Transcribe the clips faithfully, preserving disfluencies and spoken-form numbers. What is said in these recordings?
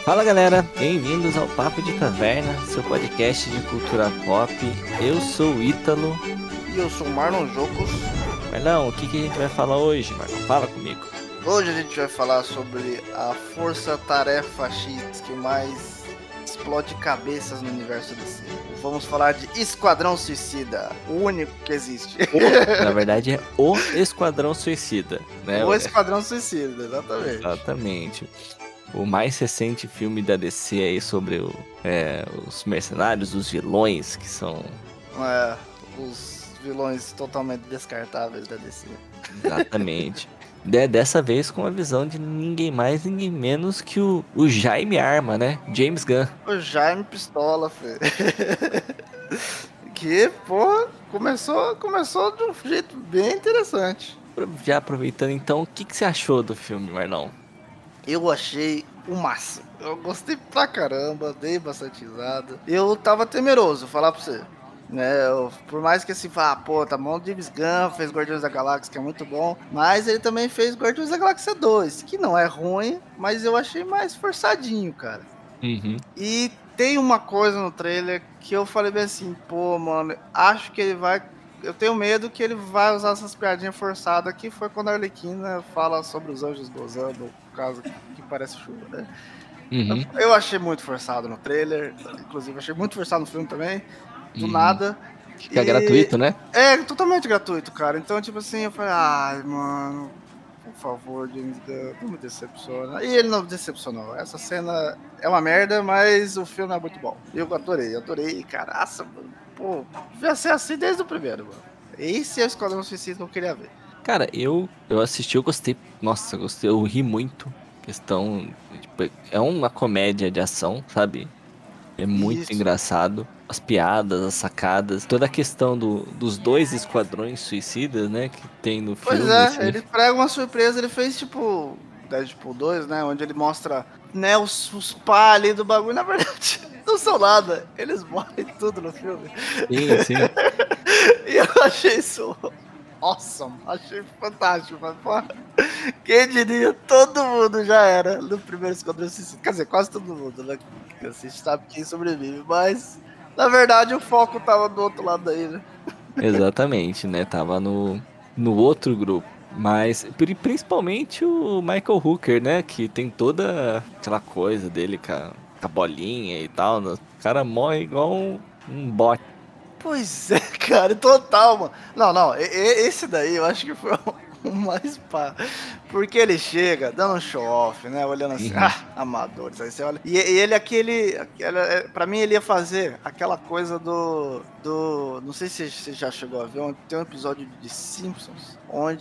Fala galera, bem-vindos ao Papo de Taverna, seu podcast de cultura pop. Eu sou o Ítalo. E eu sou o Marlon Jocos. Marlon, o que, que a gente vai falar hoje, Marlon? Fala comigo. Hoje a gente vai falar sobre a força-tarefa X que mais explode cabeças no universo D C. Vamos falar de Esquadrão Suicida, o único que existe. Na verdade é o Esquadrão Suicida, né? O Esquadrão Suicida, exatamente. Exatamente. O mais recente filme da D C aí sobre o, é, os mercenários, os vilões, que são... É, os vilões totalmente descartáveis da D C. Exatamente. De, dessa vez com a visão de ninguém mais, ninguém menos que o, o Jaime Arma, né? James Gunn. O Jaime Pistola, filho. Que, porra, começou, começou de um jeito bem interessante. Já aproveitando então, o que, que você achou do filme, Marlon? Eu achei o máximo. Eu gostei pra caramba, dei bastante risada. Eu tava temeroso, falar pra você. Né, eu, por mais que assim, vá, pô, tá bom, James Gunn fez Guardiões da Galáxia, que é muito bom, mas ele também fez Guardiões da Galáxia dois, que não é ruim, mas eu achei mais forçadinho, cara. Uhum. E tem uma coisa no trailer que eu falei bem assim, pô, mano, acho que ele vai... Eu tenho medo que ele vai usar essas piadinhas forçadas, que foi quando a Arlequina fala sobre os anjos gozando, por causa que parece chuva, né? Uhum. Eu achei muito forçado no trailer, inclusive achei muito forçado no filme também, do Uhum. nada. Fica gratuito, né? É, totalmente gratuito, cara. Então, tipo assim, eu falei, ai, mano, por favor, James Gunn, não me decepciona. E ele não me decepcionou. Essa cena é uma merda, mas o filme é muito bom. Eu adorei, adorei. Caraca, mano. Pô, devia ser assim desde o primeiro, mano. Esse é o Esquadrão Suicida que eu queria ver. Cara, eu, eu assisti, eu gostei. Nossa, eu gostei, eu ri muito. Questão, tipo, é uma comédia de ação, sabe? É muito Isso. engraçado. As piadas, as sacadas, toda a questão do, dos dois esquadrões suicidas, né? Que tem no Pois filme, é, assim. ele prega uma surpresa, ele fez tipo Deadpool dois, né? Onde ele mostra, né, os, os pá ali do bagulho, na verdade, não são nada. Eles morrem tudo no filme. Sim, sim. E eu achei isso awesome, achei fantástico. Mas, pô, quem diria, todo mundo já era no primeiro Esquadrão Suicida. Quer dizer, quase todo mundo, né? Porque a gente sabe quem sobrevive, mas na verdade o foco tava do outro lado aí, né? Exatamente, né? Tava no, no outro grupo. Mas pri- principalmente o Michael Hooker, né? Que tem toda aquela coisa dele com a, com a bolinha e tal, né? O cara morre igual um, um bot. Pois é, cara, total, mano. Não, não, e- e- esse daí eu acho que foi o mais pá. Porque ele chega dando um show off, né? Olhando assim, Uhum. ah, amadores. Aí você olha. E, e ele, aquele, aquele. é, Pra mim, ele ia fazer aquela coisa do. do não sei se você já chegou a ver, onde tem um episódio de Simpsons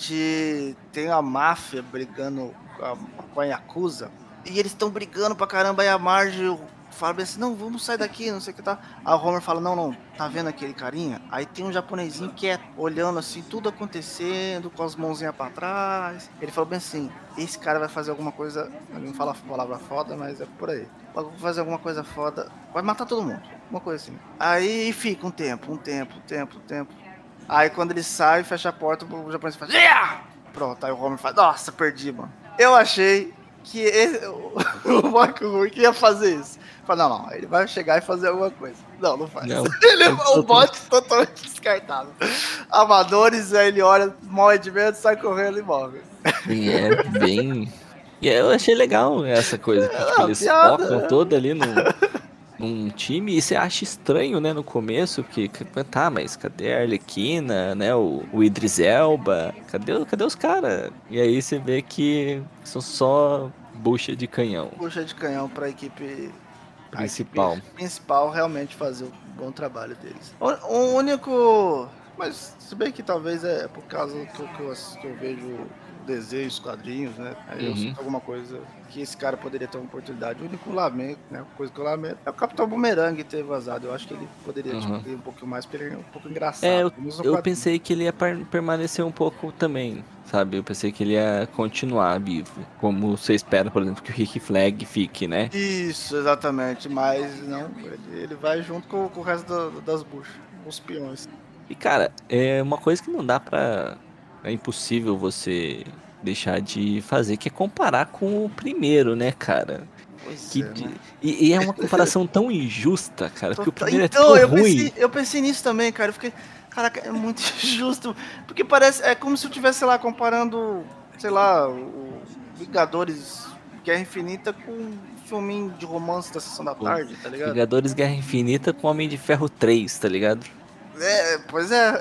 onde tem a máfia brigando com a, com a Yakuza. E eles estão brigando pra caramba. Aí a Marge fala bem assim: não, vamos sair daqui, não sei o que tá. Aí o Homer fala: não, não, tá vendo aquele carinha? Aí tem um japonesinho quieto, olhando assim, tudo acontecendo, com as mãozinhas pra trás. Ele falou bem assim: esse cara vai fazer alguma coisa, não fala a palavra foda, mas é por aí. Vai fazer alguma coisa foda, vai matar todo mundo, uma coisa assim. Aí fica um tempo, um tempo, um tempo, um tempo. Aí quando ele sai, fecha a porta, o japonês faz: yeah! Pronto, aí o Homer faz: nossa, perdi, mano. Eu achei que esse, o, o Michael Rourke ia fazer isso. Falei, não, não, ele vai chegar e fazer alguma coisa. Não, não faz. Não. Ele, É o bot totalmente descartável. Amadores, aí ele olha, morre de medo, sai correndo e morre. E é bem. E eu achei legal essa coisa que, É tipo, uma eles focam piada. toda ali no, num time e você acha estranho, né, no começo, que, que tá, mas cadê a Arlequina, né, o, o Idris Elba, cadê, cadê os caras? E aí você vê que são só bucha de canhão Puxa de canhão pra equipe. A equipe principal. principal realmente fazer o bom trabalho deles. O, o único. Mas se bem que talvez é por causa que eu, que eu, que eu vejo desenhos, quadrinhos, né? Aí eu Uhum, sinto alguma coisa que esse cara poderia ter uma oportunidade. O único lamento, né? Coisa que eu lamento é o Capitão Boomerang ter vazado. Eu acho que ele poderia tipo, uhum. ter um pouquinho mais, porque ele é um pouco É, engraçado. eu, Pelo menos no eu quadrinho. pensei que ele ia per- permanecer um pouco também, sabe? Eu pensei que ele ia continuar vivo, como você espera, por exemplo, que o Rick Flag fique, né? Isso, exatamente. Mas não, ele, ele vai junto com, com o resto da- das buchas, os peões. E cara, é uma coisa que não dá pra. É impossível você deixar de fazer, que é comparar com o primeiro, né, cara? Pois Que, é, né? e, e é uma comparação tão injusta, cara, porque o Tota- primeiro é Então, tão eu ruim. pensei, eu pensei nisso também, cara. Eu fiquei, caraca, é muito injusto. Porque parece, é como se eu estivesse, sei lá, comparando, sei lá, o Vingadores Guerra Infinita com um filminho de romance da Sessão da O Tarde, tá ligado? Vingadores Guerra Infinita com Homem de Ferro três, tá ligado? É, pois é.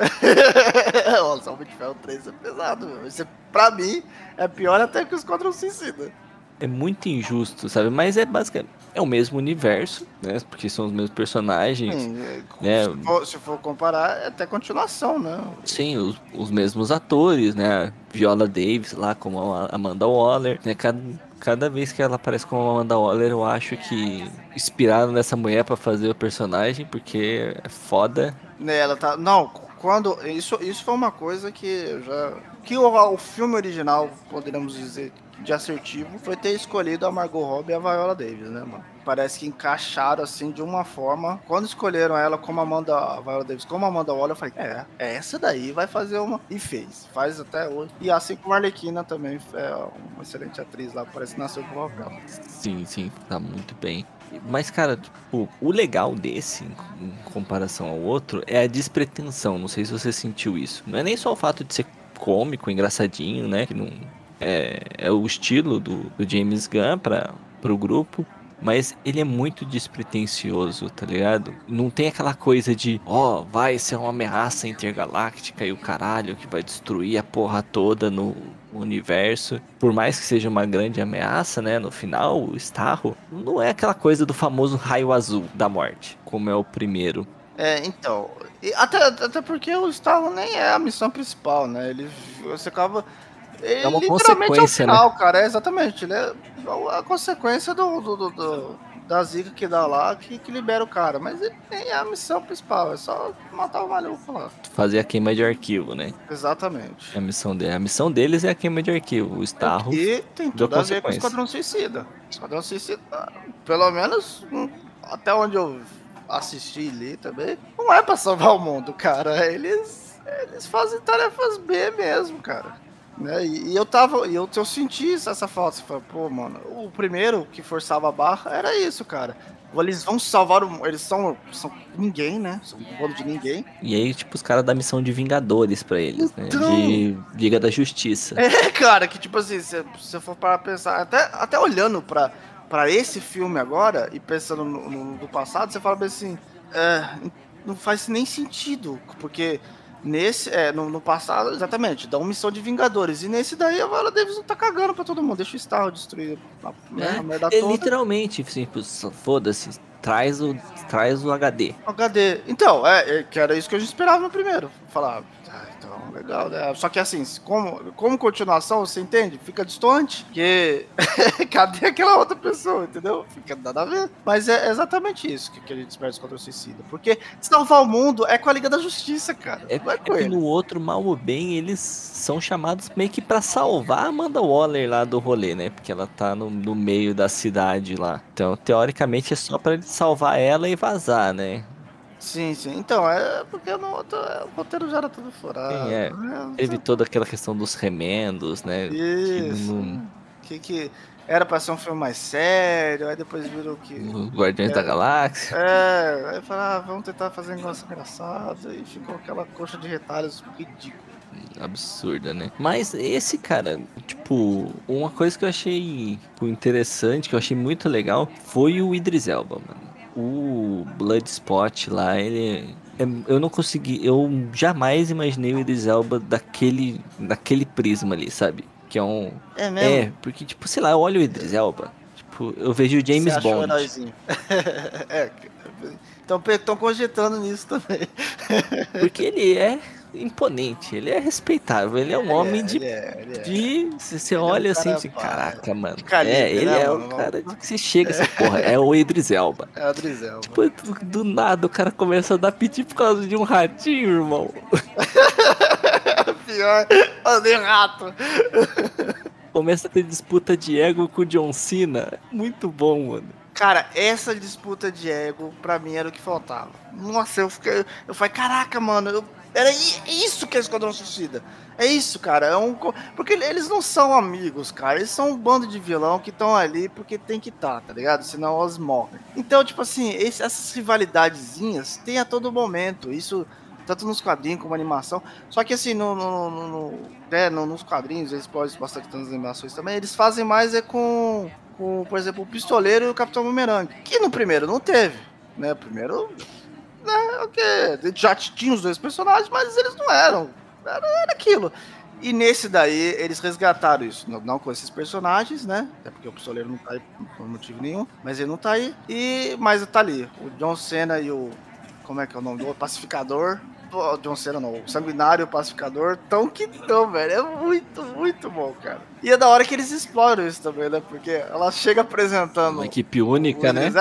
Nossa, Homem de Ferro três é pesado, meu. Isso, é- pra mim, é pior até que o Esquadrão Suicida. É muito injusto, sabe? Mas é basicamente é o mesmo universo, né? Porque são os mesmos personagens, Sim, é, né? se for, se for comparar, é até continuação, né? Sim, os, os mesmos atores, né? Viola Davis lá como a Amanda Waller, né? Cada, cada vez que ela aparece como Amanda Waller, eu acho que inspiraram nessa mulher pra fazer o personagem, porque é foda. Né, ela tá. Não, quando. Isso, isso foi uma coisa que eu já. Que o, o filme original, poderíamos dizer, de assertivo, foi ter escolhido a Margot Robbie e a Viola Davis, né, mano? Parece que encaixaram assim de uma forma. Quando escolheram ela como Amanda, a Viola Davis como Amanda Waller, eu falei, é, essa daí vai fazer uma. E fez, faz até hoje. E assim como a Arlequina também é uma excelente atriz lá, parece que nasceu pro papel. Sim, sim, tá muito bem. Mas, cara, tipo, o legal desse, em em comparação ao outro, é a despretensão. Não sei se você sentiu isso. Não é nem só o fato de ser cômico, engraçadinho, né? Que não é, é o estilo do, do James Gunn para pro grupo. Mas ele é muito despretensioso, tá ligado? Não tem aquela coisa de, ó, vai ser uma ameaça intergaláctica e o caralho que vai destruir a porra toda no universo. Por mais que seja uma grande ameaça, né? No final, o Starro não é aquela coisa do famoso raio azul da morte, como é o primeiro. É, então, e até, até porque o Starro nem é a missão principal, né? Ele, você acaba, É ele uma literalmente é o consequência, né? final, cara, é exatamente, ele é a consequência do, do, do- do- da zica que dá lá, que, que libera o cara, mas ele nem é a missão principal, é só matar o maluco lá. Fazer a queima de arquivo, né? É a Exatamente. missão dele. A missão deles é a queima de arquivo. O O Starro que tem deu tudo a ver com o consequência. Esquadrão Suicida. Esquadrão Suicida, pelo menos hum, até onde eu assisti e li também, não é pra salvar o mundo, cara. Eles, eles fazem tarefas B mesmo, cara. Né? E, e eu tava, e eu, eu senti essa falta. Você fala, pô, mano, o primeiro que forçava a barra era isso, cara. Eles vão salvar o. Eles são, são ninguém, né? São um bando de ninguém. E aí, tipo, os caras dão missão de Vingadores pra eles, né? Então, De Liga da Justiça. é, cara, que tipo assim, se você for para pensar, até, até olhando pra, pra esse filme agora e pensando no, no, no passado, você fala bem assim, é, não faz nem sentido, porque nesse, é, no, no passado, exatamente, dá uma missão de Vingadores, e nesse daí a Viola Davis não tá cagando pra todo mundo, deixa o Starro destruir a, né, a merda É, é toda. literalmente, assim, tipo, foda-se, traz o, traz o H D. H D. Então, é, é, que era isso que a gente esperava no primeiro. Falar, ah, então, legal, né? Só que assim, como, como continuação, você entende? Fica distante, porque cadê aquela outra pessoa, entendeu? Fica nada a ver. Mas é exatamente isso que, que a gente espera contra o suicida. Porque salvar o mundo é com a Liga da Justiça, cara. É, Não é é com porque ele. no outro, mal ou bem, eles são chamados meio que pra salvar a Amanda Waller lá do rolê, né? Porque ela tá no, no meio da cidade lá. Então, teoricamente, é só pra ele salvar ela e vazar, né? Sim, sim. Então, é porque no outro, é, o roteiro já era tudo Sim, furado. é. Né? Teve toda aquela questão dos remendos, né? Que não, Isso. não- Que, que era pra ser um filme mais sério, aí depois virou que. no Guardiões da Galáxia. É, aí falaram, ah, vamos tentar fazer um negócio engraçado, e ficou aquela coxa de retalhos ridícula. Absurda, né? Mas esse, cara, tipo, uma coisa que eu achei tipo, interessante, que eu achei muito legal, foi o Idris Elba, mano. O Bloodspot lá, ele. é- Eu não consegui, eu jamais imaginei o Idris Elba daquele, daquele prisma ali, sabe? Que é um. É É, mesmo? porque, tipo, sei lá, eu olho o Idris Elba, tipo, eu vejo o Você James achou o Bond. heróizinho? É, estão cogitando nisso também. Porque ele é imponente, ele é respeitável, ele é um Ele homem é, de ele é, ele é. de você Ele é um olha assim, cara assim, pá, caraca, de mano. É, calibre, ele né, é o mano? cara Vamos- de que você chega assim, porra, é o Idris Elba. É a Drizelva. Tipo, do, do nada o cara começa a dar piti por causa de um ratinho, irmão. Pior, odeio rato. Começa a ter disputa de ego com o John Cena. Muito bom, mano. Cara, essa disputa de ego, pra mim, era o que faltava. Nossa, eu fiquei. Eu falei, caraca, mano, eu, Era isso que é Esquadrão Suicida. É isso, cara. É um... Porque eles não são amigos, cara. Eles são um bando de vilão que estão ali porque tem que estar, tá, tá ligado? Senão elas morrem. Então, tipo assim, esse, essas rivalidadezinhas tem a todo momento. Isso, tanto nos quadrinhos como animação. Só que assim, no, no, no, no, é, no nos quadrinhos, eles podem bastante nas animações também. Eles fazem mais é com, com, por exemplo, o Pistoleiro e o Capitão Boomerang. Que no primeiro não teve, né? Primeiro... né, ok, já tinha os dois personagens, mas eles não eram, era, era aquilo. E nesse daí, eles resgataram isso, não, não com esses personagens, né, até porque o Pistoleiro não tá aí por motivo nenhum, mas ele não tá aí, e, mas tá ali, o John Cena e o, como é que é o nome do Pacificador, o John Cena não, o Sanguinário e o Pacificador, tão que tão, velho, é muito, muito bom, cara. E é da hora que eles exploram isso também, né, porque ela chega apresentando... Uma equipe única, o, né?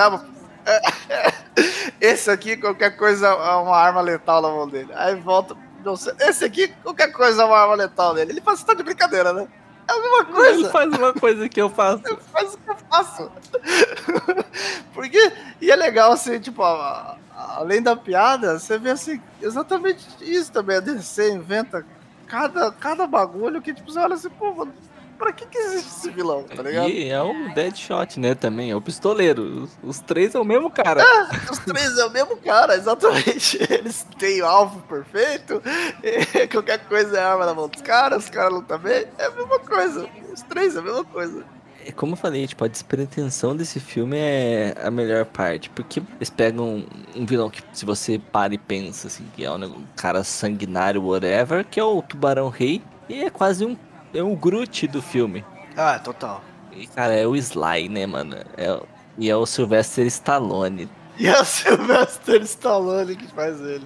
Esse aqui, qualquer coisa é uma arma letal na mão dele. Aí volta. Esse aqui, qualquer coisa é uma arma letal dele. Ele faz, tá de brincadeira, né? É a mesma coisa. Ele faz uma coisa que eu faço. Ele faz o que eu faço. Porque, e é legal assim, tipo, a, a, além da piada, você vê assim, exatamente isso também. A D C inventa cada, cada bagulho que, tipo, você olha assim, pô, mano, pra que que existe esse vilão, tá ligado? E é o Deadshot, né, também, é o pistoleiro. Os, os três é o mesmo cara. Ah, os três é o mesmo cara, exatamente. Eles têm o alvo perfeito, qualquer coisa é arma na mão dos caras, os caras lutam bem, é a mesma coisa. Os três é a mesma coisa. É como eu falei, tipo, a despretensão desse filme é a melhor parte, porque eles pegam um, um vilão que, se você para e pensa, assim, que é um, um cara sanguinário, whatever, que é o Tubarão Rei, e é quase um, é um Groot do filme. Ah, total. E, cara, é o Sly, né, mano? É, e é o Sylvester Stallone. E é o Sylvester Stallone que faz ele.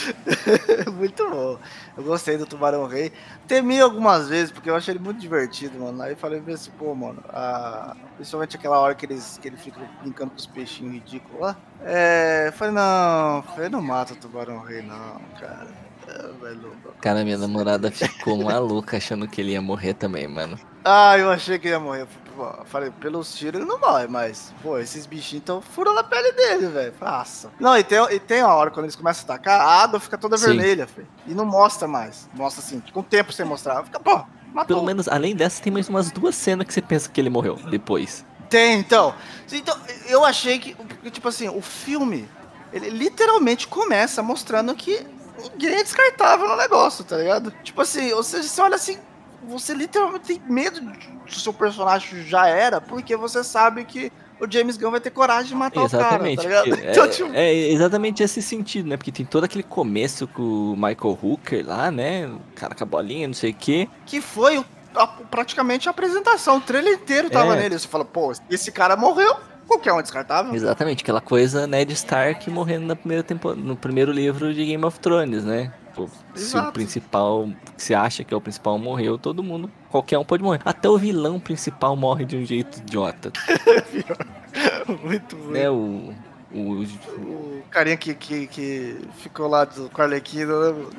Muito bom. Eu gostei do Tubarão Rei. Temi algumas vezes, porque eu achei ele muito divertido, mano. Aí falei assim, pô, mano, a... principalmente aquela hora que, eles, que ele fica brincando com os peixinhos ridículos lá. É... Falei, não, falei, não mata o Tubarão Rei, não, cara. É, velho. Cara, minha namorada ficou maluca achando que ele ia morrer também, mano. Ah, eu achei que ia morrer. Falei, pelos tiros ele não morre, mas, pô, esses bichinhos estão furando a pele dele, velho. Nossa. Não, e tem, e tem uma hora, quando eles começam a atacar, a água fica toda Sim. vermelha, filho. E não mostra mais. Mostra assim, com o tempo sem mostrar. Fica, pô, matou. Pelo menos, além dessa, tem mais umas duas cenas que você pensa que ele morreu depois. Tem, então. Então, eu achei que, tipo assim, o filme, ele literalmente começa mostrando que ninguém é descartável no negócio, tá ligado? Tipo assim, ou seja, você olha assim, você literalmente tem medo do seu personagem já era, porque você sabe que o James Gunn vai ter coragem de matar Exatamente, o cara, tá ligado? é, Então, tipo... é exatamente esse sentido, né? Porque tem todo aquele começo com o Michael Hooker lá, né? O cara com a bolinha, não sei o quê. Que foi o, a, praticamente a apresentação, o trailer inteiro tava É. nele. Você fala, pô, esse cara morreu, qualquer um é descartável. Exatamente, aquela coisa Ned Stark morrendo na primeira tempo... no primeiro livro de Game of Thrones, né? Pô, se o principal, se acha que é o principal morreu, todo mundo, qualquer um pode morrer. Até o vilão principal morre de um jeito idiota. Muito, muito. Né, o, o... O carinha que, que, que ficou lá do Arlequino, né?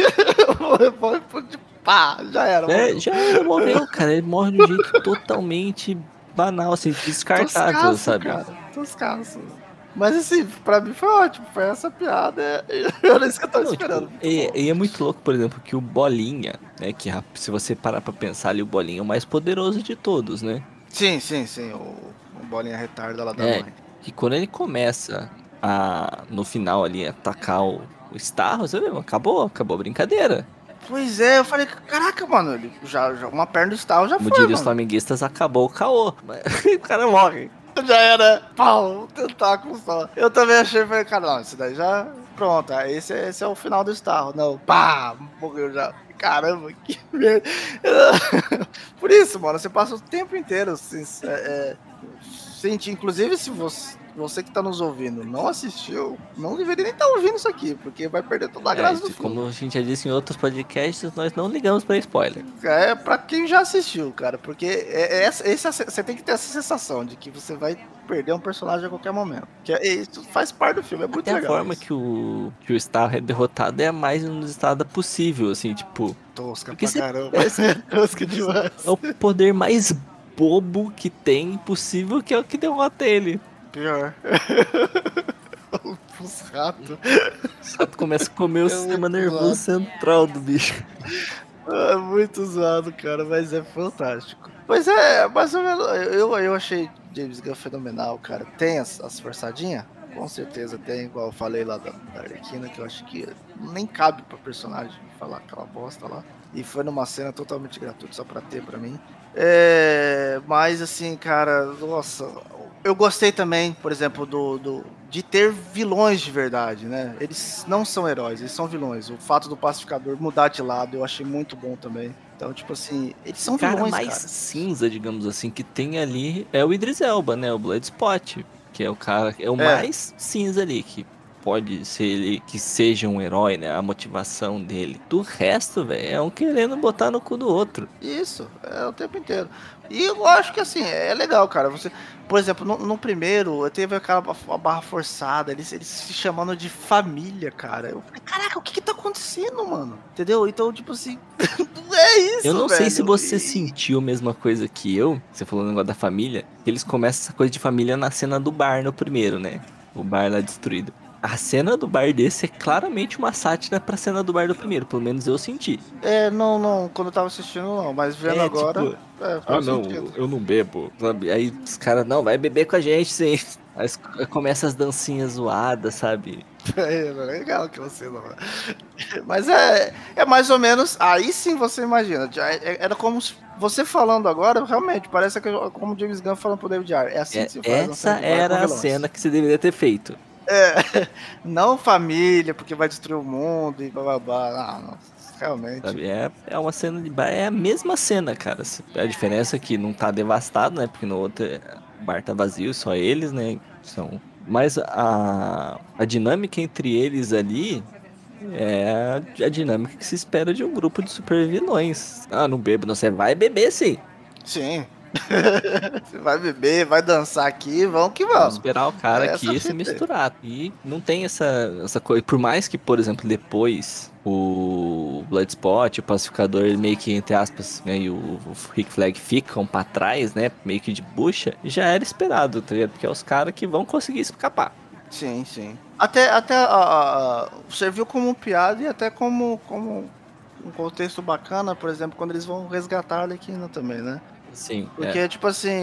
Pá, já era. É, já era, morreu, cara. Ele morre de um jeito totalmente banal, assim, descartável, Toscaço, sabe? Cara, toscaço. Mas assim, pra mim foi ótimo, foi essa piada, era isso que eu tava Não, esperando. Tipo, e, e é muito louco, por exemplo, que o Bolinha, né, que se você parar pra pensar ali, o Bolinha é o mais poderoso de todos, né? Sim, sim, sim, o, o Bolinha retarda lá da é, mãe. Que quando ele começa a, no final ali, atacar o, o Starro, você vê, acabou, acabou a brincadeira. Pois é, eu falei, caraca, mano, ele já, já, uma perna do Starro já Como foi, diria os mano. flamenguistas, acabou o caô. O cara morre. Já era, pau, um tentáculo só. Eu também achei, falei, cara, não, isso daí já, pronto, esse, esse é o final do Starro. Não, pá, morreu já. Caramba, que merda. Por isso, mano, você passa o tempo inteiro assim, é, é, sente, inclusive se você, você que tá nos ouvindo não assistiu, não deveria nem estar tá ouvindo isso aqui, porque vai perder toda a graça é, do como filme. a gente já disse em outros podcasts, nós não ligamos pra spoiler. É pra quem já assistiu, cara, porque é, é, essa, você tem que ter essa sensação de que você vai perder um personagem a qualquer momento. Que é, isso faz parte do filme, é muito Até legal. A forma isso. que o, que o Starro é derrotado é a mais inusitada possível, assim, tipo... Tosca Porque pra você caramba, parece é tosca demais. É o poder mais bobo que tem possível, que é o que derrota ele. Pior. Os ratos. O rato começa a comer o É sistema muito nervoso zoado. central do bicho. É muito zoado, cara, mas é fantástico. Pois é, mais ou menos. Eu, eu achei James Gunn fenomenal, cara. Tem as, as forçadinhas? Com certeza tem, igual eu falei lá da, da Arlequina, que eu acho que nem cabe pra personagem falar aquela bosta lá. E foi numa cena totalmente gratuita, só pra ter pra mim. É, mas assim, cara, nossa, eu gostei também, por exemplo, do, do de ter vilões de verdade, né? Eles não são heróis, eles são vilões. O fato do pacificador mudar de lado eu achei muito bom também. Então, tipo assim, eles O são cara vilões, mais cara. cinza, digamos assim, que tem ali é o Idris Elba, né? O Bloodspot. Que é o cara, é o É, mais cinza ali, que pode ser ele que seja um herói, né? A motivação dele. Do resto, velho, é um querendo botar no cu do outro. isso, é o tempo inteiro. E eu acho que assim, é legal, cara. Você, por exemplo, no, no primeiro, eu teve aquela ba- a barra forçada, eles, eles se chamando de família, cara. Eu falei, caraca, o que que tá acontecendo, mano? Entendeu? Então, tipo assim, não é Eu isso, não sei se velho. você E, sentiu a mesma coisa que eu, você falou no negócio da família, que eles começam essa coisa de família na cena do bar no primeiro, né? O bar lá destruído. A cena do bar desse é claramente uma sátira pra cena do bar do primeiro, pelo menos eu senti. é, não, não, quando eu tava assistindo, não, mas vendo É, agora, tipo, é, ah, faz não, sentido. eu não bebo, sabe? Aí os caras, não, vai beber com a gente, sim. Aí s- começa as dancinhas zoadas, sabe? É, é legal aquela cena lá. Mas é, é mais ou menos. Aí sim você imagina. já é- é- Era como se- você falando agora, realmente, parece que eu- como o James Gunn falando pro David Ayer. É assim É, que se faz uma essa cena de bar com era a vilões. cena que você deveria ter feito, É, não família, porque vai destruir o mundo e bababá. Ah, não, realmente. sabe? É, é uma cena de bar, é a mesma cena, cara. Se- A diferença é que não tá devastado, né? Porque no outro é- o bar tá vazio, só eles, né? São... Mas a, a dinâmica entre eles ali é a, a dinâmica que se espera de um grupo de super vilões. Ah, não bebo, não. Você vai beber sim. Sim. Você vai beber, vai dançar aqui, vamos que Vamos vamos. esperar o cara É essa aqui se fita aí. misturar. E não tem essa, essa coisa. Por mais que, por exemplo, depois o Bloodspot, o Pacificador, ele meio que, entre aspas, né, e o, o Rick Flag ficam pra trás, né? Meio que de bucha, já era esperado, tá ligado? Porque é os caras que vão conseguir escapar. Sim, sim. Até, até a, a- a- serviu como piada e até como, como um contexto bacana, por exemplo, quando eles vão resgatar a Arlequina também, né? Sim, é. Porque, tipo assim,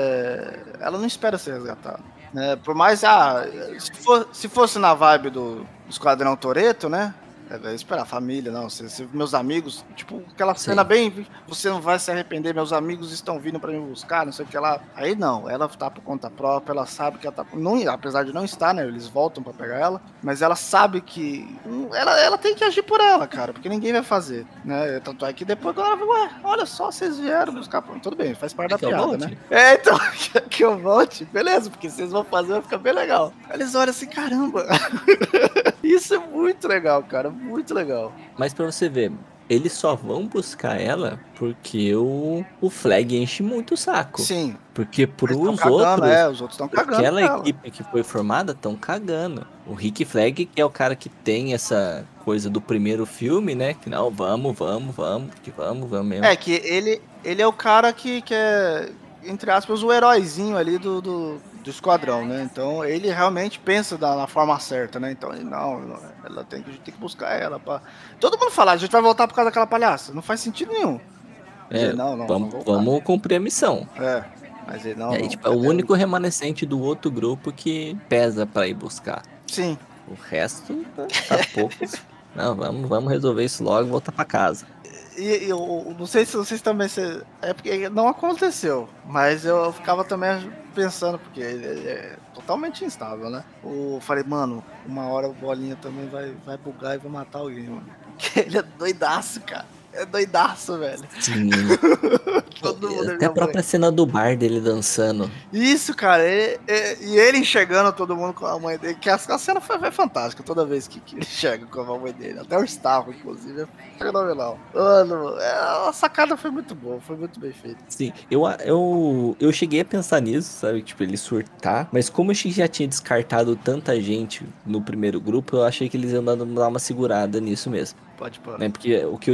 é, ela não espera ser resgatada. Né? Por mais, ah, se, for- se fosse na vibe do Esquadrão Toretto, né? É, é esperar a família, não. Se, se meus amigos, tipo, aquela cena Sim. bem. Você não vai se arrepender, meus amigos estão vindo pra me buscar, não sei o que lá. Aí não, ela tá por conta própria, ela sabe que ela tá. Não, apesar de não estar, né? Eles voltam pra pegar ela, mas ela sabe que. hum, Ela, ela tem que agir por ela, cara, porque ninguém vai fazer, né? Tanto é que depois ela vai, ué, olha só, vocês vieram buscar. Tudo bem, faz parte É da que eu piada, né? volte? É, então, que eu volte, beleza, porque vocês vão fazer, vai ficar bem legal. Aí eles olham assim, caramba. Isso é muito legal, cara, muito legal. Mas pra você ver, eles só vão buscar ela porque o, o Flag enche muito o saco. Sim, Porque eles estão pros cagando, outros, é, os outros estão cagando aquela pra ela. equipe que foi formada estão cagando. O Rick Flag, que é o cara que tem essa coisa do primeiro filme, né? Que não, vamos, vamos, vamos, que vamos, vamos mesmo. É, que ele, ele é o cara que, que é, entre aspas, o heróizinho ali do, do, do esquadrão, né? Então ele realmente pensa da, na forma certa, né? Então ele, não, não, ela tem que, a gente tem que buscar ela. Pra... Todo mundo fala, a gente vai voltar por causa daquela palhaça. Não faz sentido nenhum. Mas ele, É, não, não, vamos, vamos voltar. vamos cumprir a missão. É, mas ele, E não, aí, não, tipo, é o cadê o... único remanescente do outro grupo que pesa pra ir buscar. Sim, O resto tá, tá poucos. Não, vamos, vamos resolver isso logo e voltar pra casa. e, e eu não sei se vocês também. Se, é porque não aconteceu, mas eu ficava também pensando, porque ele, ele é totalmente instável, né? Eu falei, mano, uma hora o Bolinha também vai, vai bugar e vai matar alguém, mano. Porque ele é doidaço, cara. É doidaço, velho. Sim. Todo mundo é Até a minha mãe. própria cena do bar dele dançando. Isso, cara, e, e- e ele enxergando todo mundo com a mãe dele, que a, a cena foi, foi fantástica toda vez que, que ele chega com a mãe dele. Até o Starro, inclusive, é fenomenal. Mano, é, a sacada foi muito boa, foi muito bem feita. Sim, eu, eu, eu cheguei a pensar nisso, sabe? Tipo, ele surtar. Mas como a gente já tinha descartado tanta gente no primeiro grupo, eu achei que eles iam dar dar uma segurada nisso mesmo. Pode pôr. Né? Porque o que eu tinha em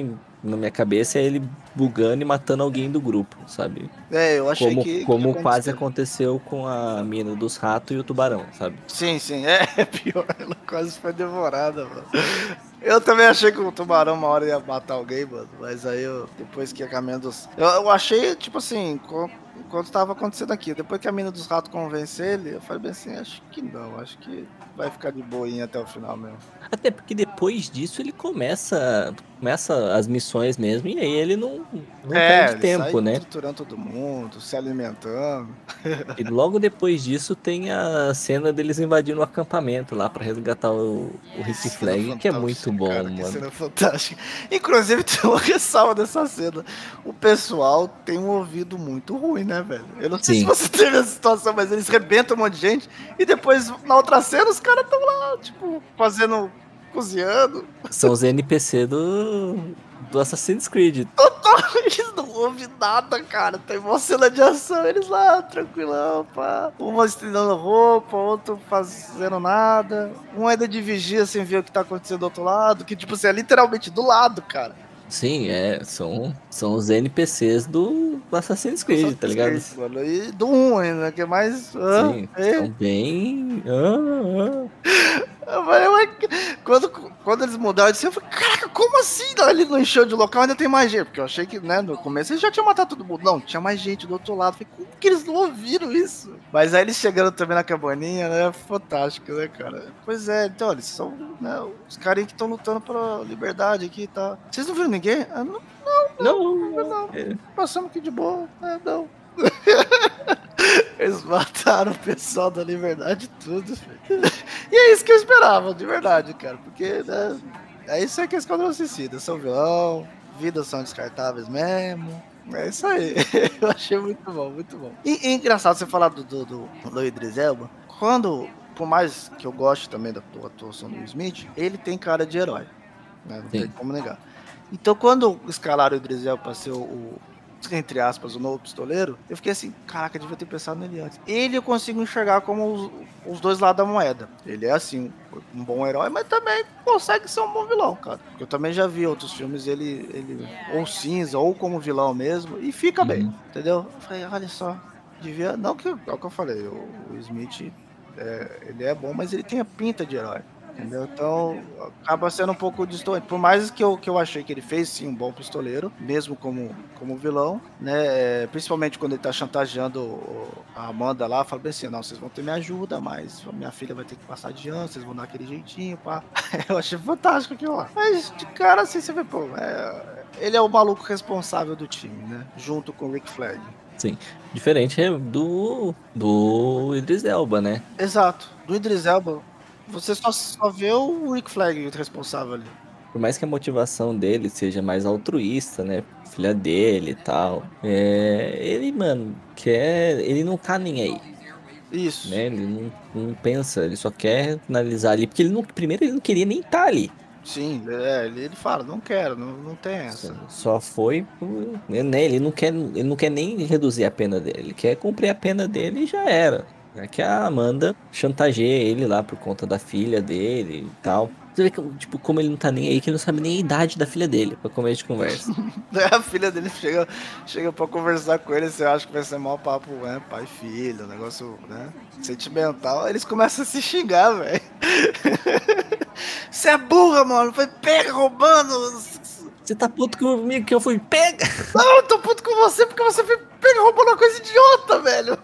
vem na minha cabeça é ele bugando e matando alguém do grupo, sabe? É, eu achei Como, que, que como ia quase acontecer. aconteceu com a mina dos ratos e o tubarão, sabe? Sim, sim, é pior, ela quase foi devorada, mano. Eu também achei que o tubarão uma hora ia matar alguém, mano, mas aí eu, depois que a caminha dos... Eu, eu achei, tipo assim, co- enquanto tava acontecendo aqui, depois que a mina dos ratos convence ele, eu falei bem assim, acho que não, acho que vai ficar de boinha até o final mesmo. Até porque depois disso ele começa, começa as missões mesmo, e aí ele não, não É, perde ele sai tempo, né? triturando todo mundo, se alimentando. E logo depois disso tem a cena deles invadindo o acampamento lá pra resgatar o, o Rick Cena Flag, que é muito fantástica, bom, cara, que mano. cena fantástica. Inclusive, tem uma ressalva dessa cena. O pessoal tem um ouvido muito ruim, né, velho? Eu não sei se Sim, você teve essa situação, mas eles rebentam um monte de gente e depois, na outra cena, os caras estão lá, tipo, fazendo, cozinhando. são os N P C do, do Assassin's Creed. Total, eles não ouvem nada, cara. Tem uma cena de ação, eles lá, tranquilão, pá. Um estendendo roupa, outro fazendo nada. Um ainda de vigia sem ver o que tá acontecendo do outro lado. Que, tipo assim, é literalmente do lado, cara. Sim, é, são, são os N P Cs do, do Assassin's Eu só Creed, tá ligado? esqueci, mano. E do um ainda, que é mais. Ah, Sim, é. são bem. Ah, ah. Eu falei, mas quando, quando eles mudaram de cena, eu falei, caraca, como assim? Não, ele não encheu de local, ainda tem mais gente. Porque eu achei que, né, no começo eles já tinham matado todo mundo. Não, tinha mais gente do outro lado. Eu falei, como que eles não ouviram isso? Mas aí eles chegando também na cabaninha, né? Fantástico, né, cara? Pois é, então, eles são, né, os caras que estão lutando pela liberdade aqui e tá. Vocês não viram ninguém? Ah, não, Não, não, não. não. É, Passamos aqui de boa. É, não. Eles mataram o pessoal da liberdade tudo, filho. E é isso que eu esperava, de verdade, cara. Porque, né, é isso aí que é Esquadrão Suicida. São vilão, vidas são descartáveis mesmo. É isso aí. Eu achei muito bom, muito bom. E, e engraçado você falar do, do, do, do Idris Elba. Quando, por mais que eu goste também da atuação do Smith, ele tem cara de herói. Né? Não tem sim. como negar. Então, quando escalaram o Idris Elba pra ser o, o, entre aspas, o novo pistoleiro, eu fiquei assim, caraca, eu devia ter pensado nele antes. Ele eu consigo enxergar como os, os dois lados da moeda. Ele é, assim, um bom herói, mas também consegue ser um bom vilão, cara. Eu também já vi outros filmes, ele, ele ou cinza, ou como vilão mesmo, e fica bem, Uhum. entendeu? Eu falei, olha só, devia... Não que, é o que eu falei, o, o Smith, é, ele é bom, mas ele tem a pinta de herói. Entendeu? Então, acaba sendo um pouco distante. Por mais que eu, que eu achei que ele fez, sim, um bom pistoleiro, mesmo como, como vilão, né? Principalmente quando ele tá chantageando a Amanda lá, fala bem assim, não, vocês vão ter minha ajuda, mas minha filha vai ter que passar de ano, vocês vão dar aquele jeitinho, pá. Eu achei fantástico aquilo lá. Mas, de cara, assim, você vê, pô, é, ele é o maluco responsável do time, né? Junto com o Rick Flag. Sim. Diferente do, do Idris Elba, né? Exato. Do Idris Elba, você só, só vê o Rick Flag responsável ali. Por mais que a motivação dele seja mais altruísta, né? Filha dele e tal. É, ele, mano, quer. Ele não tá nem aí, Isso. né? Ele não, não pensa, ele só quer finalizar ali. Porque ele não. Primeiro, ele não queria nem estar ali. Sim, é, ele, ele fala, não quero, não, não tem Só, essa. só foi. por- Né? Ele não quer, ele não quer nem reduzir a pena dele. Ele quer cumprir a pena dele e já era. É que a Amanda chantageia ele lá por conta da filha dele e tal. Você vê que, tipo, como ele não tá nem aí, que ele não sabe nem a idade da filha dele pra começo de conversa. A filha dele chega, chega pra conversar com ele, você acha que vai ser mal papo, né? Pai e filho, negócio, né? Sentimental. Eles começam a se xingar, velho. Você é burra, mano. Foi pega roubando. Você tá puto comigo que eu fui pega? Não, eu tô puto com você porque você foi pega roubando uma coisa idiota, velho.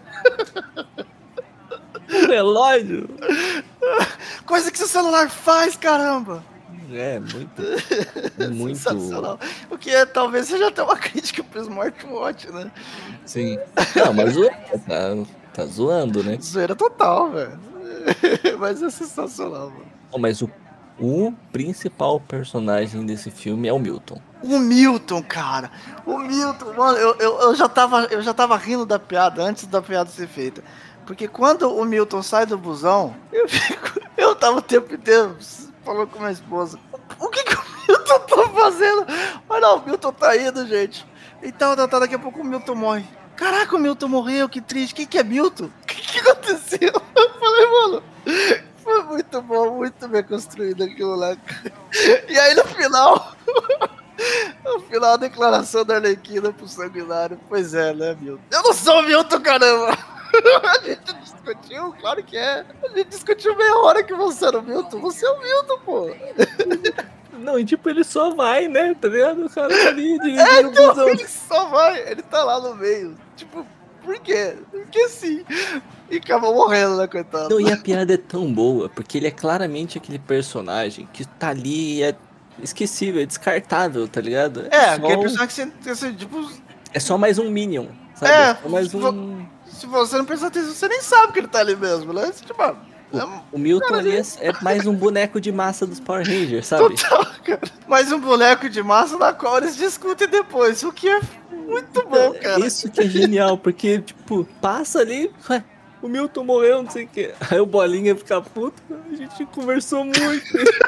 Um relógio? Coisa que seu celular faz, caramba. É, muito. Muito. Sensacional. O que é, talvez seja até uma crítica pro smartwatch, né? Sim. Não, mas o. Tá, tá zoando, né? Zoeira total, velho. Mas é sensacional, mano. Ó, mas o, o principal personagem desse filme é o Milton. O Milton, cara. O Milton, mano, eu, eu, eu, já tava, eu já tava rindo da piada antes da piada ser feita. Porque quando o Milton sai do busão, eu fico. Eu tava o tempo inteiro falando com minha esposa. O que, que o Milton tá fazendo? Olha lá, o Milton tá indo, gente. Então, tá, daqui a pouco o Milton morre. Caraca, o Milton morreu, que triste. Quem que é Milton? O que, que aconteceu? Eu falei, mano, foi muito bom, muito bem construído aquilo lá. E aí no final, final a declaração da Arlequina pro Sanguinário. Pois é, né, Milton? Eu não sou o Milton, caramba! A gente discutiu, claro que é. A gente discutiu meia hora que você era o Milton. Você é o Milton, pô. Não, e tipo, ele só vai, né? Tá ligado? O cara tá ali dirigindo É, o então, busão. ele só vai. Ele tá lá no meio. Tipo, por quê? Porque sim. E acabou morrendo, né, coitado? Não, e a piada é tão boa, porque ele é claramente aquele personagem que tá ali e é esquecível, é descartável, tá ligado? É, só aquele um- personagem que você, você, tipo... é só mais um Minion, sabe? É, É só mais se vo- um. se você não prestar atenção, você nem sabe que ele tá ali mesmo, né? Você, tipo, é um O Milton cara ali é, é mais um boneco de massa dos Power Rangers, sabe? total, cara. Mais um boneco de massa na qual eles discutem depois, o que é muito bom, Então, cara. isso que é genial, porque, tipo, passa ali, ué, o Milton morreu, não sei o quê. Aí o Bolinha fica puto, a gente conversou muito.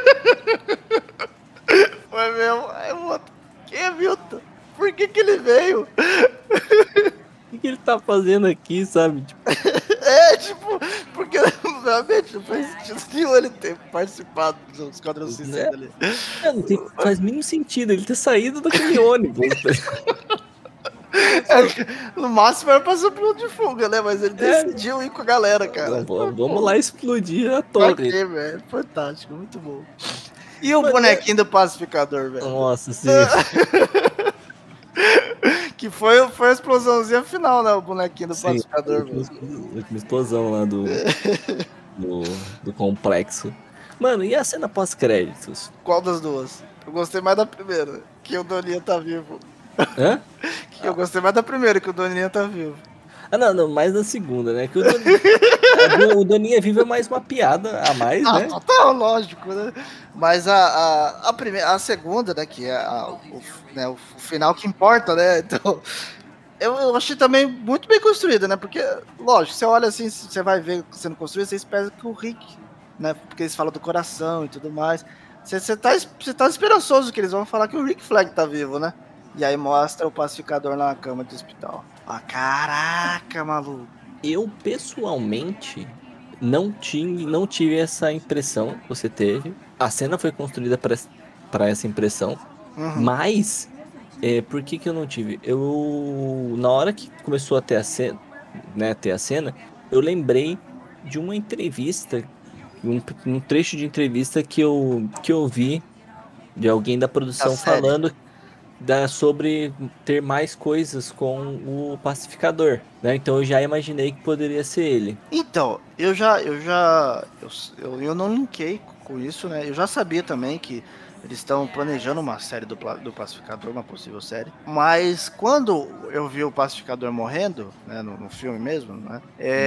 Foi mesmo. Aí eu vou... Quem é Milton? Por que que ele veio? O que, que ele tá fazendo aqui, sabe? Tipo, É, tipo, porque realmente não faz sentido nenhum ele ter participado do Esquadrão Suicida É. ali. é, não tem, faz mínimo sentido ele ter saído daquele ônibus. É, no máximo era pra ser um piloto de fuga, né? Mas ele É. decidiu ir com a galera, cara. Vamos, vamos lá explodir a Pra torre. quê, velho? Fantástico, muito bom. E o Mano, bonequinho do pacificador, velho? Nossa, sim. Que foi, foi a explosãozinha final, né? O bonequinho do Sim, pacificador, a velho. última explosão lá do, do, do complexo. Mano, e a cena pós-créditos? Qual das duas? Eu gostei mais da primeira, que o Doninha tá vivo. Hã? Que eu gostei mais da primeira, que o Doninha tá vivo. Ah, não, não, mais na segunda, né? Que o, Don... a do- o Doninha Viva é mais uma piada a mais, Ah, né? total, lógico, né? Mas a, a, a, primeira, a segunda, né, que é a, o, né, o final que importa, né? Então, eu, eu achei também muito bem construída, né? Porque, lógico, você olha assim, você vai ver sendo construído, você espera que o Rick, né? Porque eles falam do coração e tudo mais. Você, você, tá, você tá esperançoso que eles vão falar que o Rick Flag tá vivo, né? E aí mostra o pacificador na cama do hospital. Ah, caraca, maluco. Eu, pessoalmente, não, tinha, não tive essa impressão que você teve. A cena foi construída para essa impressão. Uhum. Mas, é, por que que eu não tive? Eu, na hora que começou a ter a cena, né, ter a cena, eu lembrei de uma entrevista, um, um trecho de entrevista que eu, que eu vi de alguém da produção Da série. falando da, sobre ter mais coisas com o pacificador, né? Então eu já imaginei que poderia ser ele. Então, eu já, eu já, eu, eu, eu não linkei com isso, né? Eu já sabia também que eles estão planejando uma série do, do Pacificador, uma possível série. Mas quando eu vi o Pacificador morrendo, né, no, no filme mesmo, né?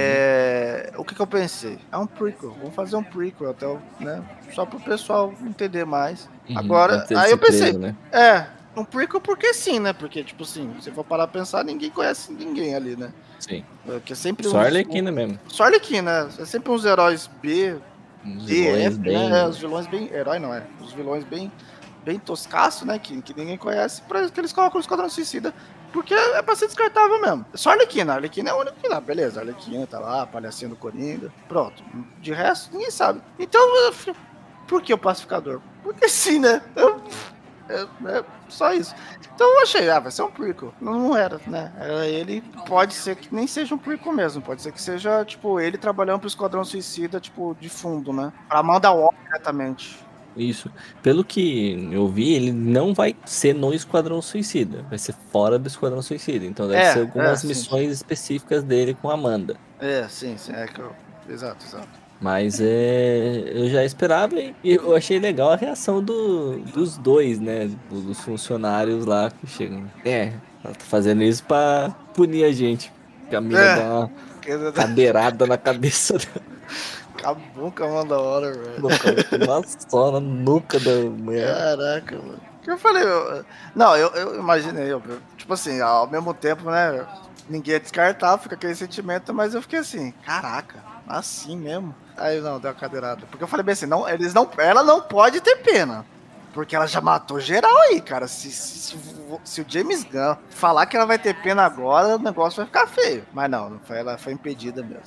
É, uhum. O que, que eu pensei? É um prequel. Vamos fazer um prequel até, né? Só pro pessoal entender mais. Uhum, Agora, aí eu pensei, preso, né? é, um prequel porque sim, né? Porque, tipo assim, se for parar a pensar, ninguém conhece ninguém ali, né? Sim. Porque é sempre Só uns, Arlequina um, mesmo. Só Arlequina, né? É sempre uns heróis B, Os D, vilões F, bem... né? Os vilões bem... Herói não é. Os vilões bem, bem toscaço, né? Que, que ninguém conhece, pra que eles colocam o Esquadrão Suicida. Porque é pra ser descartável mesmo. Só a Arlequina. A Arlequina é a única que lá. Beleza, a Arlequina tá lá, palhacinho do Coringa. Pronto. De resto, ninguém sabe. Então, eu... por que o Pacificador? Porque sim, né? Eu... É, é só isso. Então eu achei, ah, vai ser um prequel. Não, não era, né? Era ele, pode ser que nem seja um prequel mesmo. Pode ser que seja, tipo, ele trabalhando pro Esquadrão Suicida, tipo, de fundo, né? Pra mão da Warner diretamente. Isso. Pelo que eu vi, ele não vai ser no Esquadrão Suicida. Vai ser fora do Esquadrão Suicida. Então deve É, ser algumas é, missões sim. específicas dele com a Amanda. É, sim, sim. É que eu... Exato, exato. Mas é, eu já esperava e eu achei legal a reação do, dos dois, né? Dos funcionários lá que chegam. É, ela tá fazendo isso pra punir a gente. Que a mina É. dá uma cadeirada na cabeça dela. Acabou com a mão da hora, velho. Uma só na nuca da mulher. Caraca, mano. Que eu falei, eu... não, eu, eu imaginei, eu, tipo assim, ao mesmo tempo, né? Ninguém é descartável, fica aquele sentimento, mas eu fiquei assim, caraca, assim mesmo. Aí não, deu uma cadeirada. Porque eu falei bem assim, não, eles não, ela não pode ter pena. Porque ela já matou geral aí, cara. Se, se, se o James Gunn falar que ela vai ter pena agora, o negócio vai ficar feio. Mas não, não foi, ela foi impedida mesmo.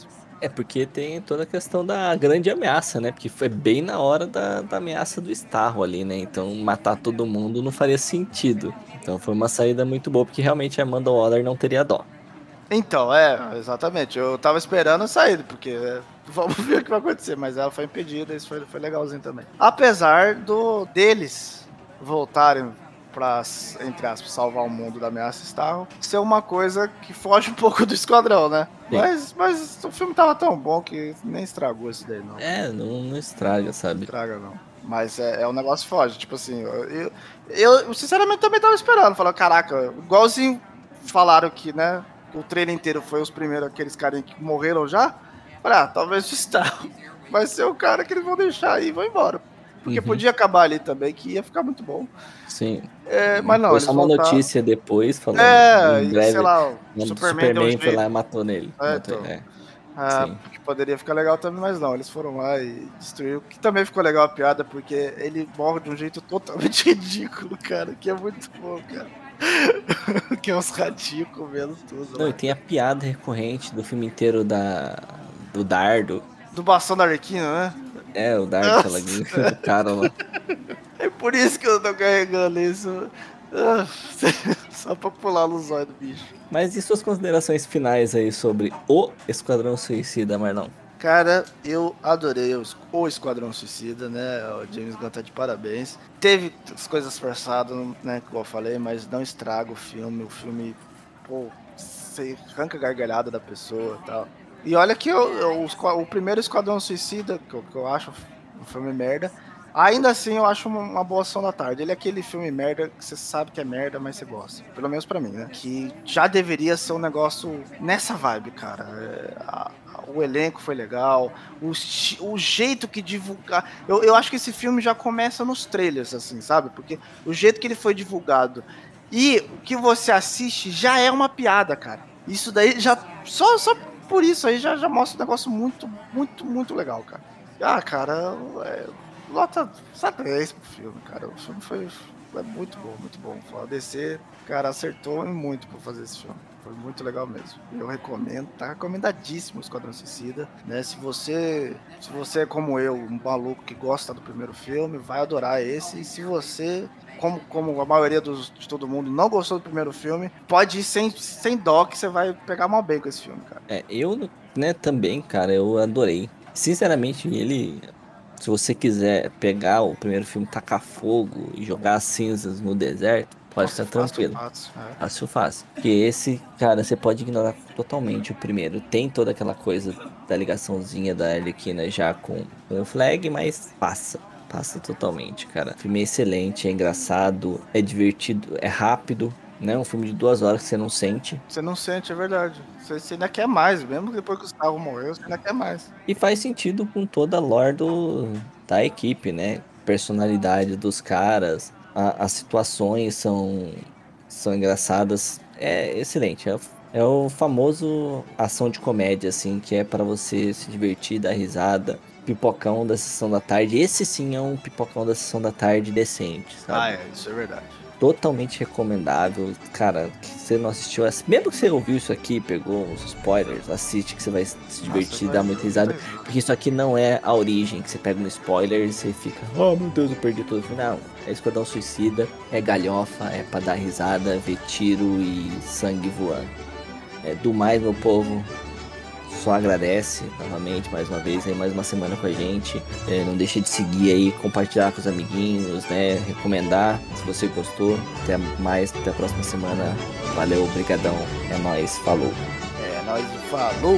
É porque tem toda a questão da grande ameaça, né? Porque foi bem na hora da, da ameaça do Starro ali, né? Então matar todo mundo não faria sentido. Então foi uma saída muito boa, porque realmente a Amanda Waller não teria dó. Então, é, exatamente. Eu tava esperando a saída, porque é, vamos ver o que vai acontecer, mas ela foi impedida, isso foi, foi legalzinho também. Apesar do deles voltarem pra, entre aspas, salvar o mundo da ameaça Starro, ser uma coisa que foge um pouco do esquadrão, né? Sim. Mas, mas o filme tava tão bom que nem estragou isso daí, não. É, não, não estraga, sabe? Estraga, não. Mas é, é um negócio foge, tipo assim, eu, eu, eu sinceramente também tava esperando, falando, caraca, igualzinho falaram que, né, o trailer inteiro foi os primeiros, aqueles carinhos que morreram já, falei, ah, talvez o Starro vai ser o cara que eles vão deixar aí e vão embora. Porque Uhum. podia acabar ali também, que ia ficar muito bom. Sim. É, mas não, Foi eles só uma voltaram. notícia depois falando, É, em e sei breve, lá, o o Superman, deu um Superman foi jeito. lá e matou nele. É, Matou então. ele, é. Ah, Sim. que poderia ficar legal também, mas não, eles foram lá e destruiu. Que também ficou legal a piada, porque ele morre de um jeito totalmente ridículo, cara, que é muito bom, cara. Que é uns ratinhos comendo tudo Não, lá. e tem a piada recorrente do filme inteiro da, do Dardo. Do bastão da Arlequina, né? É, o Dardo, aquela Nossa. do cara lá. É por isso que eu tô carregando isso. Ah, só pra pular no zóio do bicho. Mas e suas considerações finais aí sobre o Esquadrão Suicida, Marlon? Cara, eu adorei o, o Esquadrão Suicida, né? O James Gunn tá de parabéns. Teve as coisas forçadas, né? Como eu falei, mas não estraga o filme. O filme, pô, você arranca a gargalhada da pessoa e tal. E olha que eu, eu, o, o primeiro Esquadrão Suicida, que eu, que eu acho um filme merda, ainda assim eu acho uma, uma boa ação da tarde. Ele é aquele filme merda que você sabe que é merda, mas você gosta. Pelo menos pra mim, né? Que já deveria ser um negócio nessa vibe, cara. É, a, o elenco foi legal, o, o jeito que divulgar. Eu, eu acho que esse filme já começa nos trailers, assim, sabe? Porque o jeito que ele foi divulgado e o que você assiste já é uma piada, cara. Isso daí já. Só, só por isso aí já, já mostra um negócio muito, muito, muito legal, cara. Ah, cara, é, nota dez pro filme, cara. O filme foi, foi muito bom, muito bom. A D C, cara, acertou muito por fazer esse filme. Foi muito legal mesmo. Eu recomendo, tá recomendadíssimo o Esquadrão Suicida, né? Se você, se você é como eu, um maluco que gosta do primeiro filme, vai adorar esse. E se você, como, como a maioria dos, de todo mundo, não gostou do primeiro filme, pode ir sem, sem dó que você vai pegar mal bem com esse filme, cara. É, eu, né, também, cara, eu adorei. Sinceramente, ele... Se você quiser pegar o primeiro filme, tacar fogo e jogar as cinzas no deserto, pode Nossa, ficar fácil, tranquilo. fácil. É. Fácil, fácil. Porque esse, cara, você pode ignorar totalmente o primeiro. Tem toda aquela coisa da ligaçãozinha da Arlequina já com o Flag, mas passa. Passa totalmente, cara. O filme é excelente, é engraçado, é divertido, é rápido. Né? Um filme de duas horas que você não sente. Você não sente, é verdade. Você, você ainda quer mais, mesmo depois que o Gustavo morreu, você ainda quer mais. E faz sentido com toda a lore do, da equipe, né? Personalidade dos caras, a- as situações são, são engraçadas. É excelente. É, o- é o famoso ação de comédia, assim, que é pra você se divertir, dar risada. Pipocão da sessão da tarde. Esse sim é um pipocão da sessão da tarde decente, Ah, sabe? é, isso é verdade. Totalmente recomendável. Cara, que você não assistiu, mesmo que você ouviu isso aqui, pegou uns spoilers, assiste que você vai se divertir, Nossa, dar vai- muita risada. Porque isso aqui não é a origem, que você pega um spoiler e você fica, oh meu Deus, eu perdi tudo. Não, é Esquadrão Suicida, é galhofa, é pra dar risada, ver tiro e sangue voando. É, do mais, meu povo, só agradece novamente, mais uma vez, aí mais uma semana com a gente. É, não deixe de seguir aí, compartilhar com os amiguinhos, né? Recomendar se você gostou. Até mais, até a próxima semana. Valeu, brigadão. É nóis, falou. É, nós falou.